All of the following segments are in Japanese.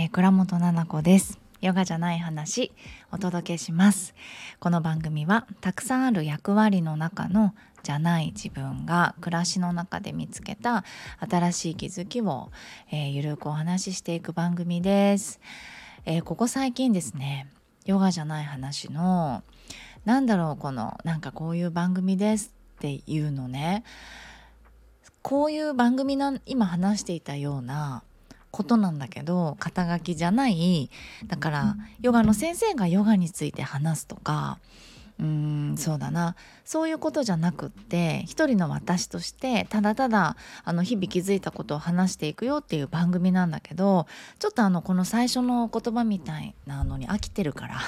倉本々子です。ヨガじゃない話お届けします。この番組はたくさんある役割の中のじゃない自分が暮らしの中で見つけた新しい気づきを、ゆるくお話ししていく番組です。ここ最近ですね、ヨガじゃない話のこのこういう番組ですっていうのね、こういう番組今話していたようなことなんだけど、肩書きじゃない、だからヨガの先生がヨガについて話すとか、そういうことじゃなくって、一人の私としてただただ日々気づいたことを話していくよっていう番組なんだけど、ちょっとこの最初の言葉みたいなのに飽きてるから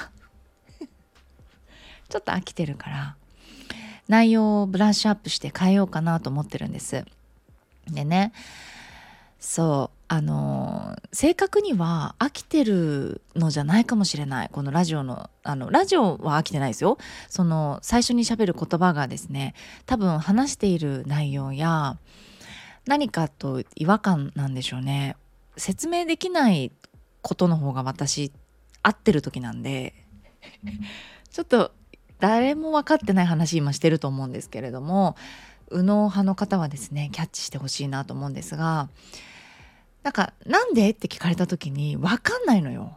ちょっと飽きてるから内容をブラッシュアップして変えようかなと思ってるんです。でね、正確には飽きてるのじゃないかもしれない。このラジオのラジオは飽きてないですよ。その最初に喋る言葉がですね、多分話している内容や何かと違和感なんでしょうね。説明できないことの方が私合ってる時なんでちょっと誰も分かってない話今してると思うんですけれども、右脳派の方はですねキャッチしてほしいなと思うんですが、なんでって聞かれた時に分かんないのよ。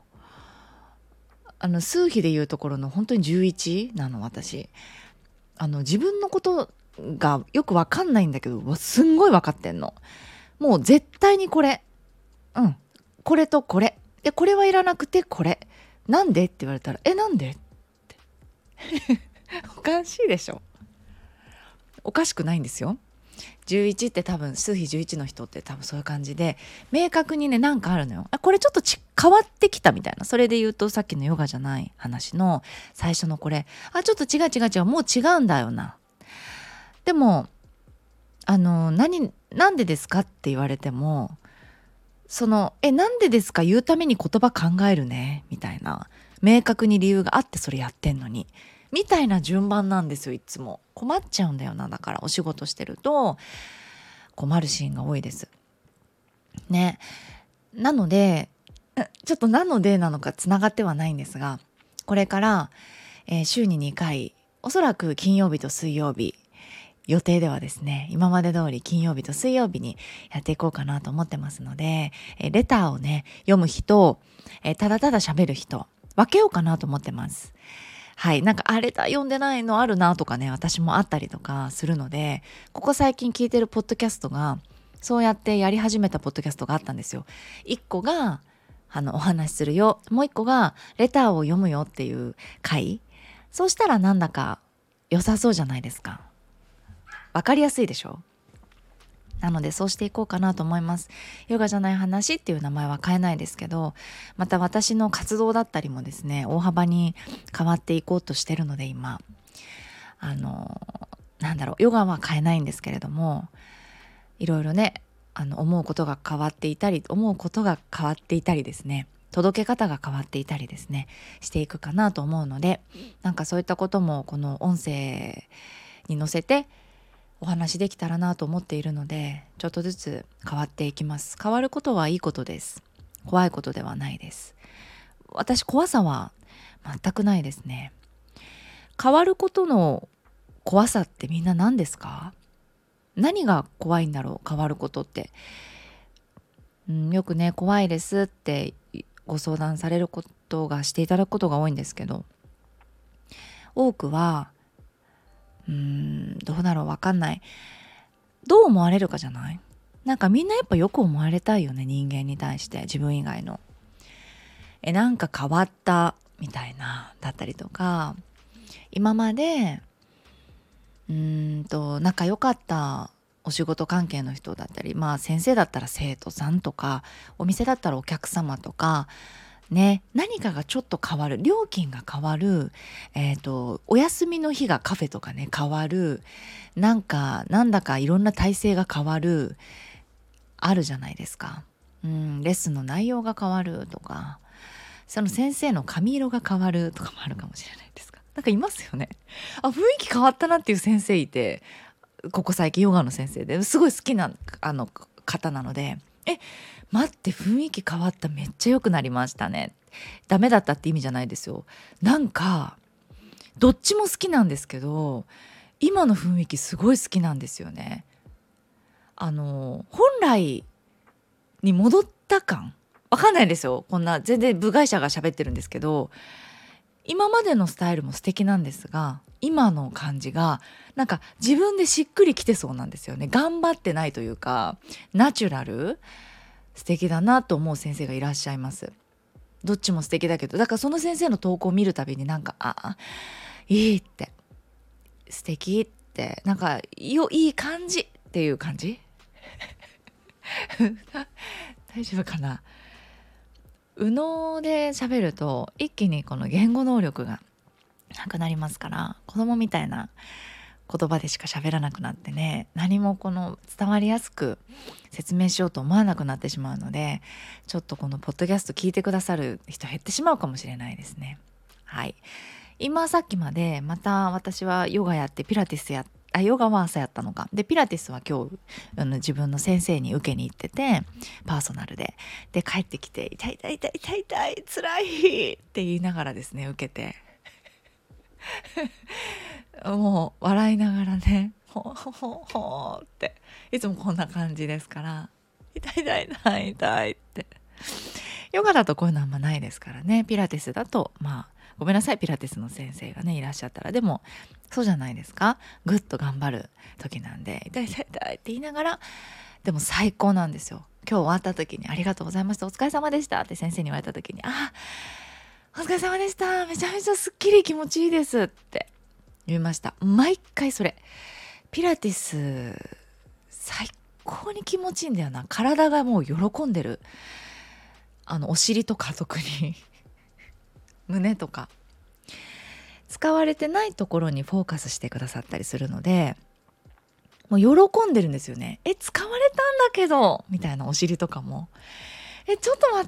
数比でいうところの本当に11なの私。自分のことがよく分かんないんだけど、すんごい分かってんの。もう絶対にこれ、これとこれで、これはいらなくてこれなんでって言われたら、なんでっておかしいでしょ。おかしくないんですよ。11って多分数比11の人って多分そういう感じで、明確にねなんかあるのよ。これちょっと変わってきたみたいな。それで言うとさっきのヨガじゃない話の最初のこれ、ちょっと違うもう違うんだよな。でもなんでですかって言われても、なんでですか言うために言葉考えるねみたいな、明確に理由があってそれやってんのにみたいな順番なんですよ。いつも困っちゃうんだよな。だからお仕事してると困るシーンが多いですね。なのでちょっとなのかつながってはないんですが、これから、週に2回、おそらく金曜日と水曜日、予定ではですね、今まで通り金曜日と水曜日にやっていこうかなと思ってますので、レターをね読む人、ただただ喋る人分けようかなと思ってます。はい、レター読んでないのあるなとかね、私もあったりとかするので、ここ最近聞いてるポッドキャストがそうやってやり始めたポッドキャストがあったんですよ。1個がお話しするよ、もう1個がレターを読むよっていう回。そうしたらなんだか良さそうじゃないですか。わかりやすいでしょ。なのでそうしていこうかなと思います。ヨガじゃない話っていう名前は変えないですけど、また私の活動だったりもですね、大幅に変わっていこうとしてるので、今ヨガは変えないんですけれども、いろいろね思うことが変わっていたりですね、届け方が変わっていたりですねしていくかなと思うので、そういったこともこの音声に乗せてお話できたらなと思っているので、ちょっとずつ変わっていきます。変わることはいいことです。怖いことではないです。私怖さは全くないですね。変わることの怖さってみんな何ですか？何が怖いんだろう、変わることって。よくね怖いですってご相談されることがしていただくことが多いんですけど、多くはどうだろう、わかんない。どう思われるかじゃない？みんなやっぱよく思われたいよね、人間に対して。自分以外の変わったみたいなだったりとか、今まで仲良かったお仕事関係の人だったり、先生だったら生徒さんとか、お店だったらお客様とかね、何かがちょっと変わる、料金が変わる、お休みの日がカフェとかね変わる、なんだかいろんな体制が変わる、あるじゃないですか。レッスンの内容が変わるとか、その先生の髪色が変わるとかもあるかもしれないですか。いますよね。雰囲気変わったなっていう先生いて、ここ最近ヨガの先生ですごい好きな方なので、 待って雰囲気変わった、めっちゃ良くなりましたね。ダメだったって意味じゃないですよ。なんかどっちも好きなんですけど、今の雰囲気すごい好きなんですよね。本来に戻った感わかんないんですよ。こんな全然部外者が喋ってるんですけど、今までのスタイルも素敵なんですが、今の感じがなんか自分でしっくりきてそうなんですよね。頑張ってないというか、ナチュラル、素敵だなと思う先生がいらっしゃいます。どっちも素敵だけど、だからその先生の投稿を見るたびになんか、いいって、素敵って、なんかいい感じっていう感じ大丈夫かな。右脳で喋ると一気にこの言語能力がなくなりますから、子供みたいな言葉でしか喋らなくなってね、何もこの伝わりやすく説明しようと思わなくなってしまうので、ちょっとこのポッドキャスト聞いてくださる人減ってしまうかもしれないですね。はい。今さっきまでまた私はヨガやってピラティスヨガは朝やったのかで、ピラティスは今日自分の先生に受けに行ってて、パーソナルで帰ってきて、痛い痛い痛い痛い痛い辛いって言いながらですね受けてもう笑いながらね、ほほほほっていつもこんな感じですから、痛い痛い痛い痛いって。ヨガだとこういうのあんまないですからね。ピラティスだとごめんなさい、ピラティスの先生がねいらっしゃったら、でもそうじゃないですか。ぐっと頑張る時なんで、痛い痛い痛いって言いながら、でも最高なんですよ。今日終わった時にありがとうございました、お疲れ様でしたって先生に言われた時に、お疲れ様でした、めちゃめちゃすっきり気持ちいいですって言いました。毎回それ、ピラティス最高に気持ちいいんだよな。体がもう喜んでる。お尻とか特に胸とか使われてないところにフォーカスしてくださったりするので、もう喜んでるんですよね。使われたんだけどみたいな、お尻とかもちょっと待って、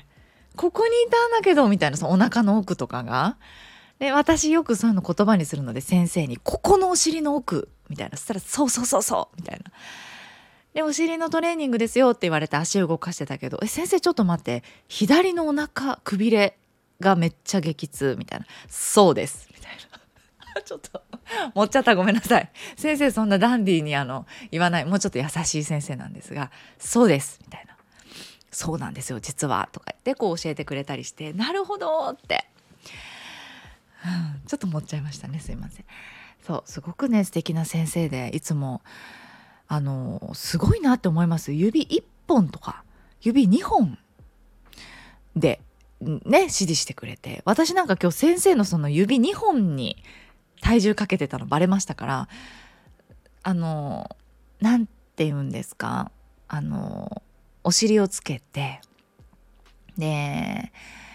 ここにいたんだけどみたいな、そのお腹の奥とかが。で、私よくそういうの言葉にするので、先生にここのお尻の奥みたいな、そしたらそうそうそうそうみたいな。で、お尻のトレーニングですよって言われて足を動かしてたけど、先生ちょっと待って、左のお腹くびれがめっちゃ激痛みたいな、そうですみたいなちょっと持っちゃった、ごめんなさい。先生そんなダンディーに言わない、もうちょっと優しい先生なんですが、そうですみたいな、そうなんですよ実はとか言ってこう教えてくれたりして、なるほどって、ちょっと持っちゃいましたね、すいません。そう、すごくね素敵な先生で、いつもすごいなって思います。指1本とか指2本でね指示してくれて、私なんか今日先生のその指2本に体重かけてたのバレましたから、なんて言うんですか、お尻をつけて、で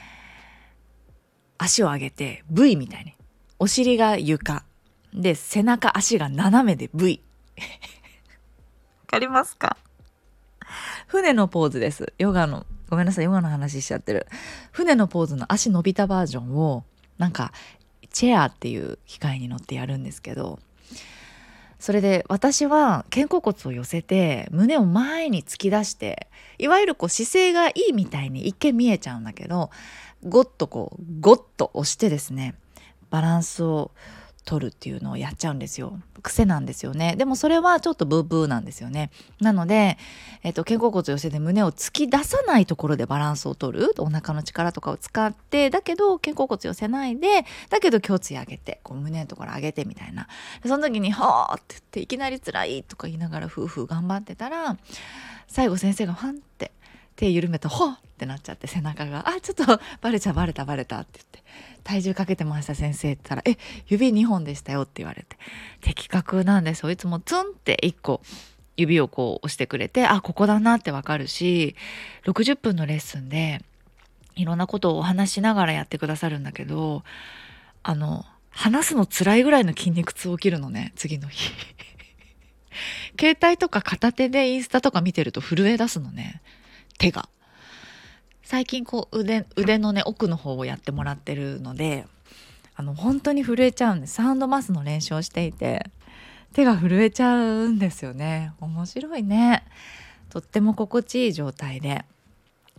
足を上げて V みたいに、お尻が床で背中足が斜めで V わかりますか？船のポーズです。ヨガの、ごめんなさい、ヨガの話しちゃってる。船のポーズの足伸びたバージョンをなんかチェアっていう機械に乗ってやるんですけど、それで私は肩甲骨を寄せて胸を前に突き出して、いわゆるこう姿勢がいいみたいに一見見えちゃうんだけど、ゴッと押してですね、バランスを取るっていうのをやっちゃうんですよ。癖なんですよね。でもそれはちょっとブーブーなんですよね。なので、肩甲骨寄せて胸を突き出さないところでバランスを取る、お腹の力とかを使って、だけど肩甲骨寄せないで、だけど胸椎上げて、こう胸のところ上げてみたいな。その時にはーって言って、いきなり辛いとか言いながら夫婦頑張ってたら、最後先生がファンって手緩めた、ほっってなっちゃって、背中がちょっとバレたって言って、体重かけてました先生って言ったら、指2本でしたよって言われて、的確なんですよ。いつもツンって1個指をこう押してくれて、ここだなってわかるし、60分のレッスンでいろんなことをお話しながらやってくださるんだけど、話すの辛いぐらいの筋肉痛起きるのね、次の日携帯とか片手でインスタとか見てると震え出すのね、手が。最近こう腕のね奥の方をやってもらってるので、本当に震えちゃうんです。サウンドマスの練習をしていて手が震えちゃうんですよね。面白いね。とっても心地いい状態で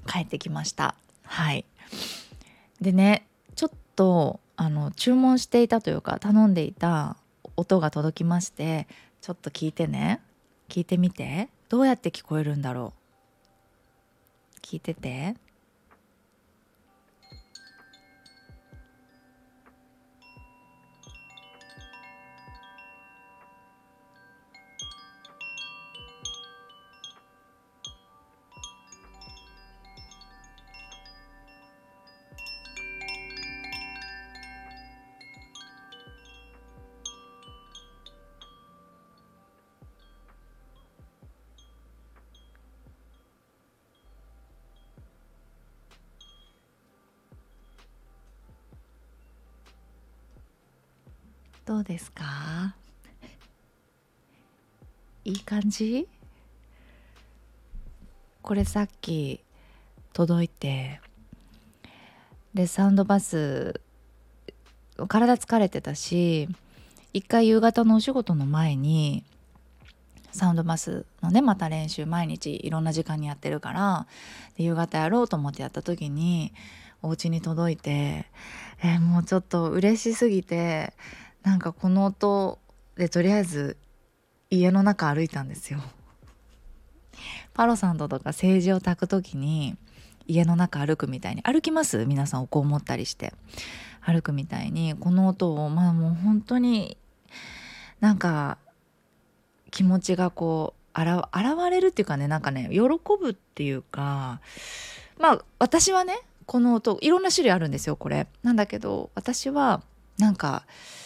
帰ってきました。はい。でね、ちょっと注文していたというか頼んでいた音が届きまして、ちょっと聞いてね。聞いてみて。どうやって聞こえるんだろう。聞いてて。どうですか？いい感じ？これさっき届いて、でサウンドバス、体疲れてたし、一回夕方のお仕事の前にサウンドバスのね、また練習毎日いろんな時間にやってるから、で夕方やろうと思ってやった時にお家に届いて、もうちょっと嬉しすぎて、なんかこの音でとりあえず家の中歩いたんですよ。パロさんとか政治を炊く時に家の中歩くみたいに歩きます？皆さんこう思ったりして歩くみたいに、この音をもう本当になんか気持ちがこう現れるっていうかね、なんかね、喜ぶっていうか、私はね、この音いろんな種類あるんですよ、これなんだけど、私はなんか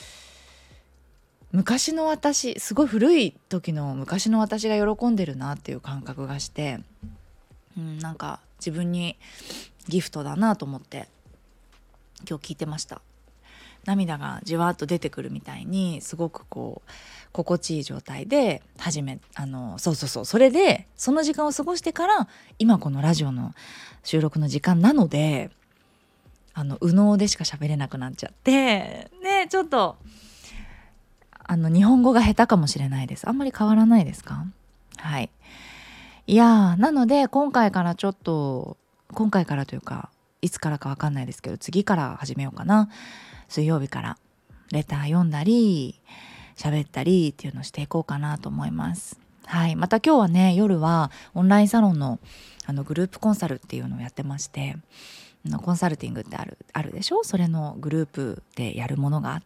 昔の私、すごい古い時の昔の私が喜んでるなっていう感覚がして、なんか自分にギフトだなと思って今日聞いてました。涙がじわっと出てくるみたいに、すごくこう心地いい状態でそれでその時間を過ごしてから今このラジオの収録の時間なので、右脳でしか喋れなくなっちゃってね、ちょっと日本語が下手かもしれないです。あんまり変わらないですか？はい。いやー、なので今回からというか、いつからかわかんないですけど、次から始めようかな。水曜日からレター読んだり喋ったりっていうのをしていこうかなと思います。はい。また今日はね、夜はオンラインサロンのグループコンサルっていうのをやってまして、コンサルティングってあるでしょ？それのグループでやるものがあって、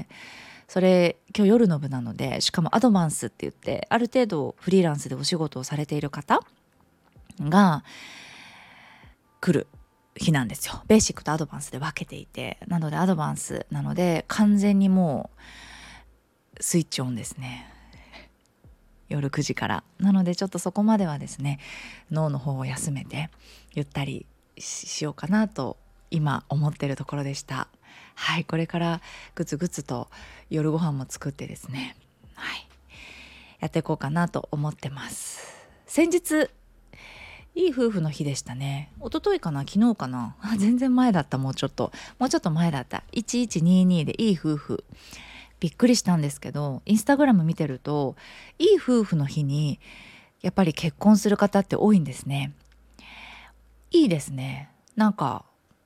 それ今日夜の部なので、しかもアドバンスって言ってある程度フリーランスでお仕事をされている方が来る日なんですよ。ベーシックとアドバンスで分けていて、なのでアドバンスなので完全にもうスイッチオンですね。夜9時からなので、ちょっとそこまではですね、脳の方を休めてゆったり しようかなと今思ってるところでした。はい。これからグツグツと夜ご飯も作ってですね、はい、やっていこうかなと思ってます。先日いい夫婦の日でしたね。一昨日かな、昨日かな、全然前だった。もうちょっと前だった。1122でいい夫婦、びっくりしたんですけど、インスタグラム見てるといい夫婦の日にやっぱり結婚する方って多いんですね。いいですね。なんか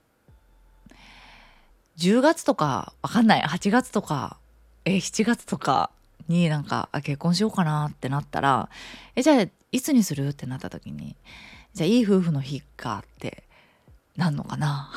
10月とかわかんない、8月とか7月とかになんか結婚しようかなってなったら、じゃあいつにするってなった時に、じゃあいい夫婦の日かってなんのかな。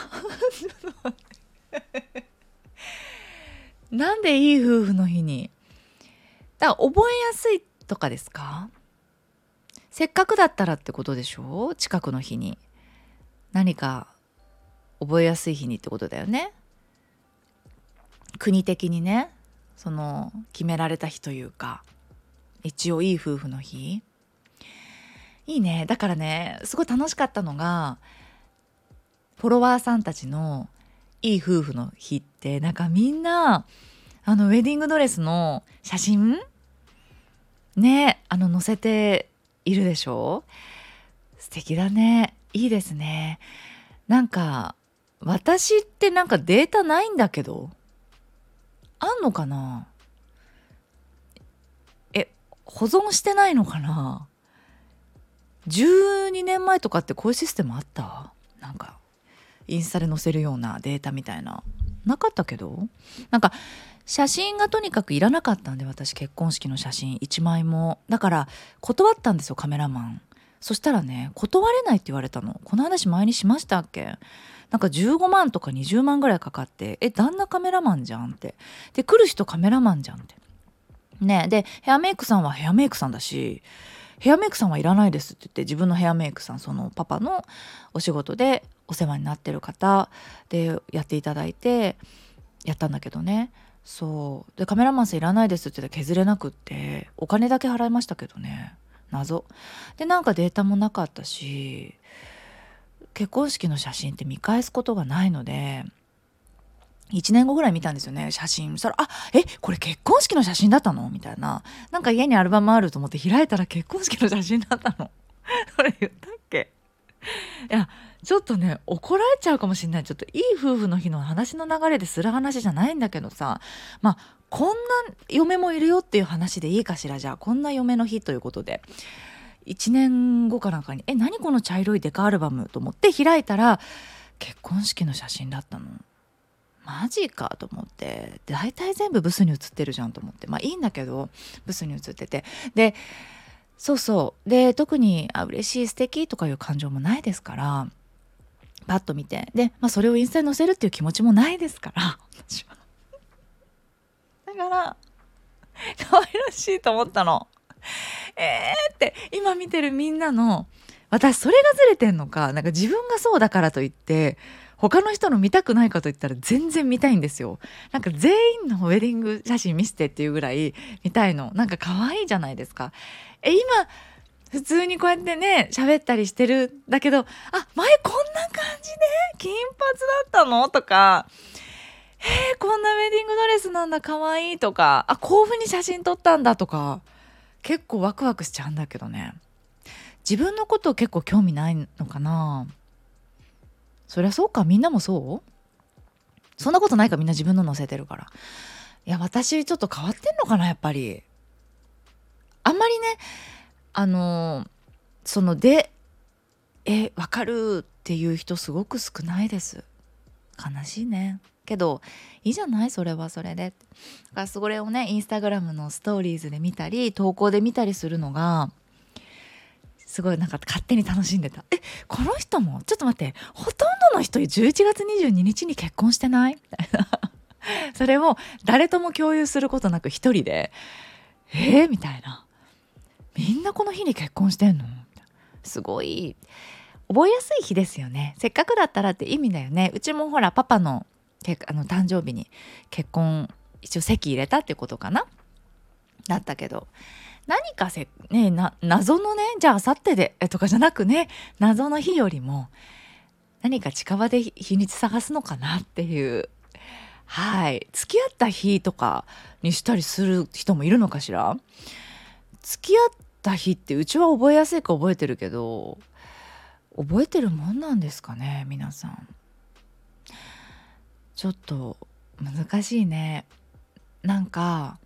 なんでいい夫婦の日に、だから覚えやすいとかですか？せっかくだったらってことでしょ？近くの日に何か覚えやすい日にってことだよね。国的にね、その決められた日というか、一応いい夫婦の日、いいね。だからね、すごい楽しかったのが、フォロワーさんたちのいい夫婦の日って、なんかみんなウェディングドレスの写真ね、載せているでしょ？素敵だね。いいですね。なんか私ってなんかデータないんだけど、あんのかな？保存してないのかな？ 12年前とかってこういうシステムあった？なんかインスタで載せるようなデータみたいななかったけど、なんか写真がとにかくいらなかったんで、私結婚式の写真1枚も。だから断ったんですよ、カメラマン。そしたらね、断れないって言われたの。この話前にしましたっけ？なんか15万とか20万ぐらいかかって、旦那カメラマンじゃんって。で、来る人カメラマンじゃんって。ね、で、ヘアメイクさんはヘアメイクさんだし、ヘアメイクさんはいらないですって言って、自分のヘアメイクさん、そのパパのお仕事でお世話になってる方でやっていただいてやったんだけどね。そうで、カメラマンさんいらないですって言ったら削れなくって、お金だけ払いましたけどね。謎で、なんかデータもなかったし、結婚式の写真って見返すことがないので、1年後ぐらい見たんですよね、写真。そしたら、これ結婚式の写真だったのみたいな。なんか家にアルバムあると思って開いたら結婚式の写真だったの。それ言ったっけ？いや、ちょっとね、怒られちゃうかもしれない。ちょっといい夫婦の日の話の流れでする話じゃないんだけどさ、まあ、こんな嫁もいるよっていう話でいいかしら。じゃあ、こんな嫁の日ということで。1年後かなんかに、何この茶色いデカアルバムと思って開いたら、結婚式の写真だったの。マジかと思って、大体全部ブスに写ってるじゃんと思って、まあいいんだけど、ブスに写ってて、で、そうそうで、特に嬉しい素敵とかいう感情もないですから、パッと見て、で、それをインスタに載せるっていう気持ちもないですから私は。だから可愛らしいと思ったの。って今見てるみんなの、私それがずれてんのか、なんか自分がそうだからといって他の人の見たくないかと言ったら全然見たいんですよ。なんか全員のウェディング写真見せてっていうぐらい見たいの。なんか可愛いじゃないですか。今普通にこうやってね喋ったりしてるんだけど、前こんな感じで金髪だったのとか、こんなウェディングドレスなんだ可愛いとか、こういう風に写真撮ったんだとか、結構ワクワクしちゃうんだけどね。自分のこと結構興味ないのかな。そりゃそうか、みんなもそう？そんなことないか、みんな自分の載せてるから。いや、私ちょっと変わってんのかな、やっぱり。あんまりね、そので、わかるっていう人すごく少ないです。悲しいね。けど、いいじゃない、それはそれで。だからそれをね、インスタグラムのストーリーズで見たり、投稿で見たりするのが、すごいなんか勝手に楽しんでた。この人もちょっと待って、ほとんどの人11月22日に結婚してないみたいなそれを誰とも共有することなく一人でみたいな、みんなこの日に結婚してんの？すごい覚えやすい日ですよね。せっかくだったらって意味だよね。うちもほらパパの誕生日に結婚一応籍入れたってことかな、だったけど、何か謎のね、じゃあ明後日でとかじゃなくね、謎の日よりも何か近場で日にち探すのかなっていう。はい、付き合った日とかにしたりする人もいるのかしら。付き合った日ってうちは覚えやすいか覚えてるけど、覚えてるもんなんですかね、皆さん。ちょっと難しいね。なんか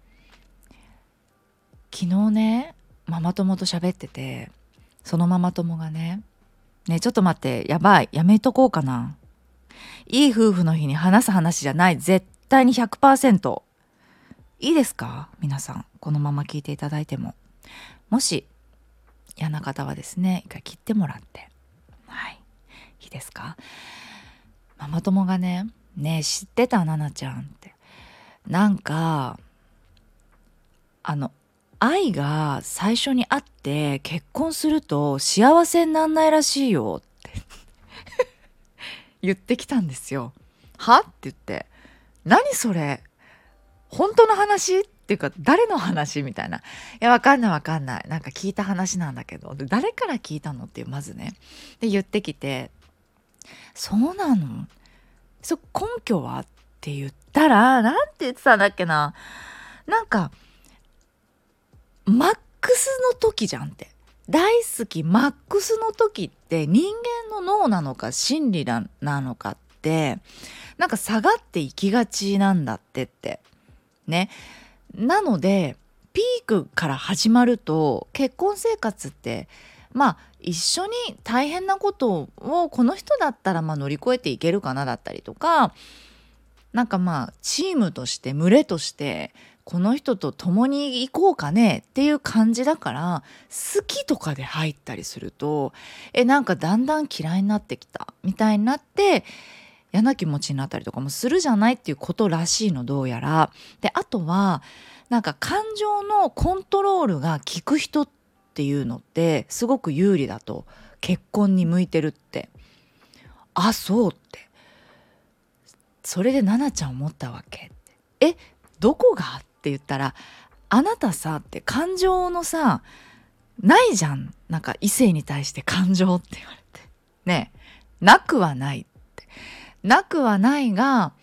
昨日ね、ママ友と喋ってて、そのママ友がね、ちょっと待って、やばい、やめとこうかな。いい夫婦の日に話す話じゃない、絶対に 100%。いいですか皆さん、このまま聞いていただいても。もし嫌な方はですね、一回切ってもらって。はい、いいですか。ママ友がね、知ってたななちゃんって、なんか愛が最初に会って結婚すると幸せになんないらしいよって言ってきたんですよ。はって言って、何それ、本当の話っていうか誰の話みたいな。いや、わかんない、なんか聞いた話なんだけど、で誰から聞いたのっていう、まずね、で言ってきて、そうなの、根拠はって言ったら、なんて言ってたんだっけな、なんかマックスの時じゃんって、大好きマックスの時って人間の脳なのか心理なのかって、なんか下がっていきがちなんだってね。なのでピークから始まると結婚生活って一緒に大変なことをこの人だったら乗り越えていけるかなだったりとか、なんかチームとして群れとしてこの人と共に行こうかねっていう感じだから、好きとかで入ったりするとなんかだんだん嫌いになってきたみたいになって嫌な気持ちになったりとかもするじゃないっていうことらしいの、どうやら。であとはなんか感情のコントロールが効く人っていうのってすごく有利だと、結婚に向いてるって。あ、そうって、それで奈々ちゃん思ったわけ。どこがって言ったら、あなたさって感情のさないじゃん、なんか異性に対して感情って言われてね。なくはないって、なくはないが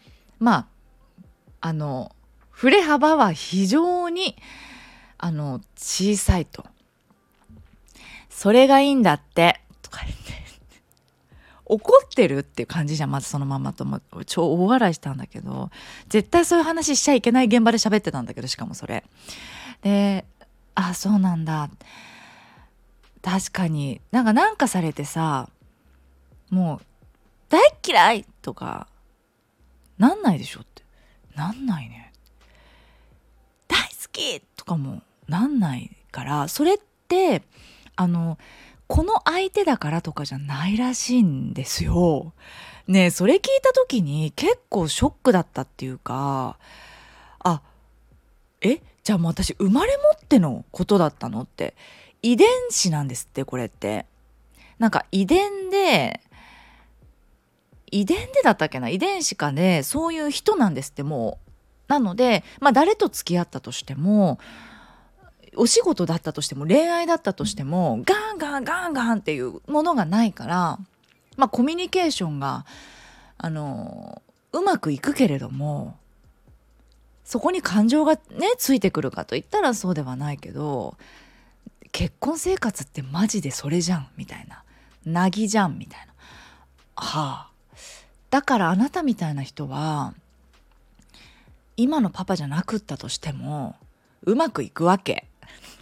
振れ幅は非常に小さいと。それがいいんだってとか言って怒ってるっていう感じじゃん、まずそのままとも超大笑いしたんだけど、絶対そういう話しちゃいけない現場で喋ってたんだけど、しかもそれで、あ、そうなんだ、確かになんかされてさ、もう大っ嫌いとかなんないでしょって。なんないね。大好きとかもなんないから、それってこの相手だからとかじゃないらしいんですよ。ねえ、それ聞いた時に結構ショックだったっていうか、あ、じゃあもう私生まれ持ってのことだったのって。遺伝子なんですって、これって。なんか遺伝でだったっけな、遺伝子かでそういう人なんですって。もうなので誰と付き合ったとしても、お仕事だったとしても恋愛だったとしてもガンガンガンガンっていうものがないから、コミュニケーションがうまくいくけれども、そこに感情がねついてくるかといったらそうではないけど、結婚生活ってマジでそれじゃんみたいな、なぎじゃんみたいな。だからあなたみたいな人は今のパパじゃなくったとしてもうまくいくわけ。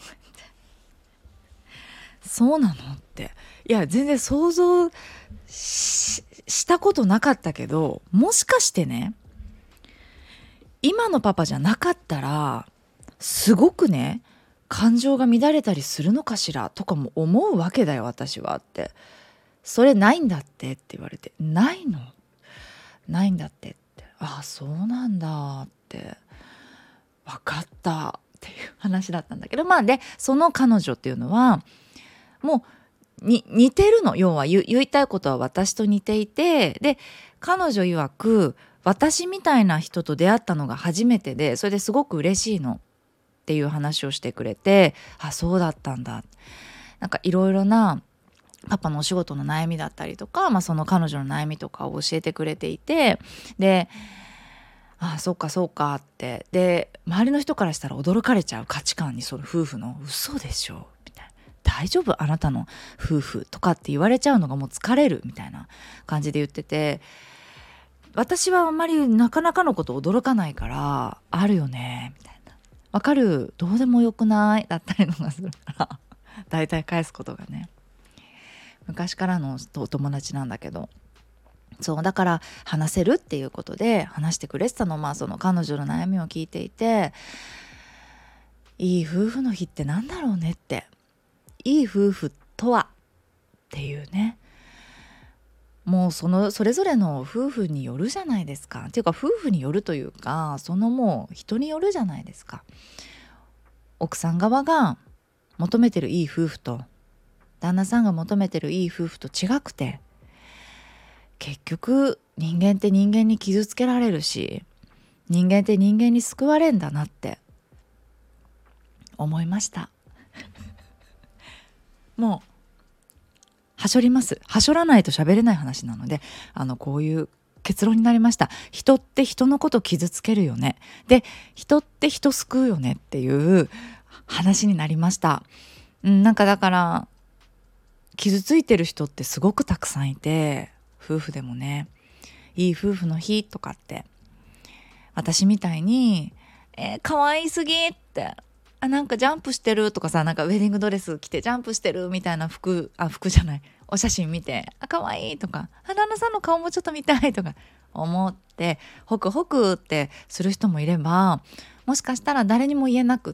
そうなのって。いや全然想像したことなかったけど、もしかしてね、今のパパじゃなかったらすごくね感情が乱れたりするのかしらとかも思うわけだよ、私はって。それないんだってって言われて、ないの、ないんだってって、ああそうなんだって分かったっていう話だったんだけど、でその彼女っていうのはもう似てるの。要は言いたいことは私と似ていて、で彼女曰く私みたいな人と出会ったのが初めてで、それですごく嬉しいのっていう話をしてくれて、あ、そうだったんだ。なんかいろいろなパパのお仕事の悩みだったりとか、その彼女の悩みとかを教えてくれていて、で、あ、そうかそうかって、で周りの人からしたら驚かれちゃう価値観に、その夫婦の嘘でしょみたいな、大丈夫あなたの夫婦とかって言われちゃうのがもう疲れるみたいな感じで言ってて、私はあんまりなかなかのこと驚かないから、あるよねみたいな、わかる、どうでもよくないだったりのがするからだいたい返すことがね、昔からのお友達なんだけど、そうだから話せるっていうことで話してくれてたの。その彼女の悩みを聞いていて、いい夫婦の日ってなんだろうねって、いい夫婦とはっていうね、もうそれぞれの夫婦によるじゃないですか。っていうか夫婦によるというか、もう人によるじゃないですか。奥さん側が求めてるいい夫婦と旦那さんが求めてるいい夫婦と違くて、結局人間って人間に傷つけられるし、人間って人間に救われんだなって思いましたもうはしょります。はしょらないと喋れない話なので、こういう結論になりました。人って人のこと傷つけるよね。で、人って人救うよねっていう話になりました。なんかだから傷ついてる人ってすごくたくさんいて、夫婦でもね、いい夫婦の日とかって、私みたいに可愛すぎってなんかジャンプしてるとかさ、なんかウェディングドレス着てジャンプしてるみたいな服じゃない、お写真見て、可愛いとか、旦那さんの顔もちょっと見たいとか思って、ホクホクってする人もいれば、もしかしたら誰にも言えなくって、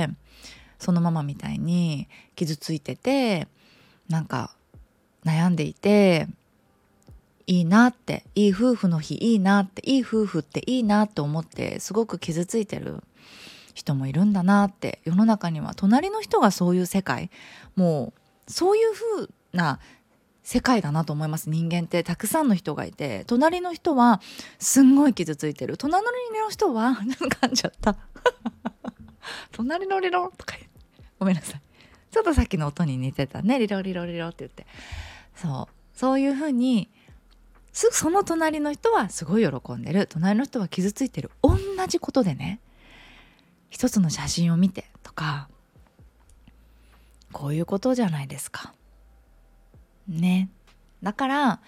そのママみたいに傷ついてて、なんか悩んでいて、いいなって、いい夫婦の日いいなって、いい夫婦っていいなって思ってすごく傷ついてる人もいるんだなって。世の中には隣の人がそういう世界、もうそういう風な世界だなと思います。人間ってたくさんの人がいて、隣の人はすんごい傷ついてる、隣の人は噛んじゃった隣のリロとか言って、ごめんなさい、ちょっとさっきの音に似てたね、リロリロリロって言って、そういう風にその隣の人はすごい喜んでる、隣の人は傷ついてる、同じことでね、一つの写真を見てとか、こういうことじゃないですかね。だから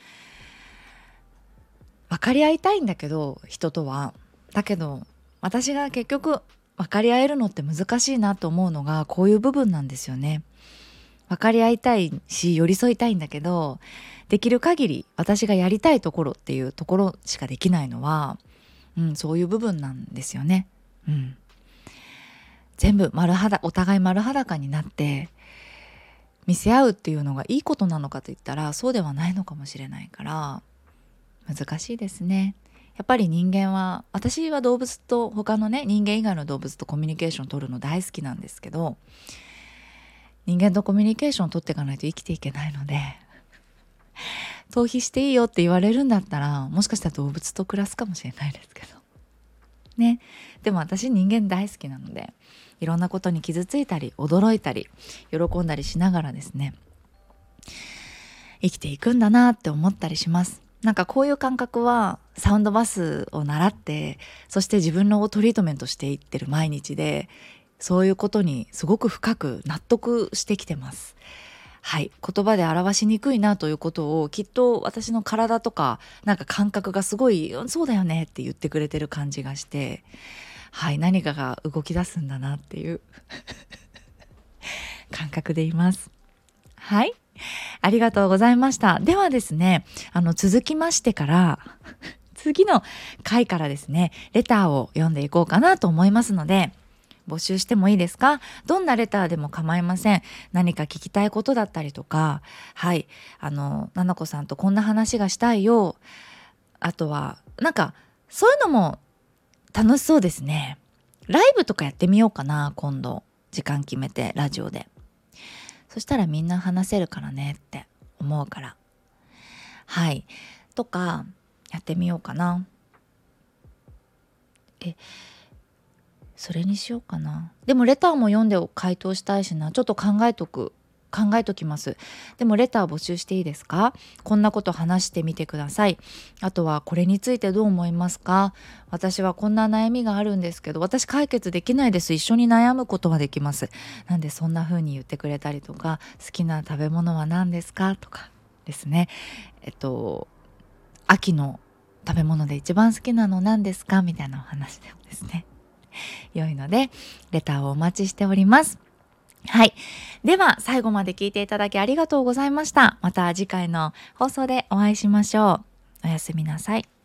分かり合いたいんだけど、人とは。だけど私が結局分かり合えるのって難しいなと思うのが、こういう部分なんですよね。分かり合いたいし寄り添いたいんだけど、できる限り私がやりたいところっていうところしかできないのは、そういう部分なんですよね。全部お互い丸裸になって見せ合うっていうのがいいことなのかといったら、そうではないのかもしれないから、難しいですね。やっぱり人間は、私は動物と他のね、人間以外の動物とコミュニケーションを取るの大好きなんですけど、人間とコミュニケーションを取っていかないと生きていけないので、逃避していいよって言われるんだったら、もしかしたら動物と暮らすかもしれないですけどね。でも私人間大好きなので、いろんなことに傷ついたり驚いたり喜んだりしながらですね、生きていくんだなって思ったりします。なんかこういう感覚はサウンドバスを習って、そして自分のトリートメントしていってる毎日で、そういうことにすごく深く納得してきてます。はい、言葉で表しにくいなということを、きっと私の体とかなんか感覚がすごいそうだよねって言ってくれてる感じがして、はい、何かが動き出すんだなっていう感覚でいます。はい、ありがとうございました。ではですね、続きましてから次の回からですね、レターを読んでいこうかなと思いますので、募集してもいいですか？どんなレターでも構いません。何か聞きたいことだったりとか、はい、ななこさんとこんな話がしたいよ。あとはなんかそういうのも楽しそうですね。ライブとかやってみようかな、今度。時間決めてラジオで。そしたらみんな話せるからねって思うから。はい。とかやってみようかな。それにしようかな。でもレターも読んで回答したいしな。ちょっと考えときます。でもレター募集していいですか？こんなこと話してみてください。あとはこれについてどう思いますか？私はこんな悩みがあるんですけど、私解決できないです。一緒に悩むことはできます。なんでそんな風に言ってくれたりとか、好きな食べ物は何ですかとかですね。秋の食べ物で一番好きなの何ですかみたいなお話でもですね、良いのでレターをお待ちしております。はい。では最後まで聞いていただきありがとうございました。また次回の放送でお会いしましょう。おやすみなさい。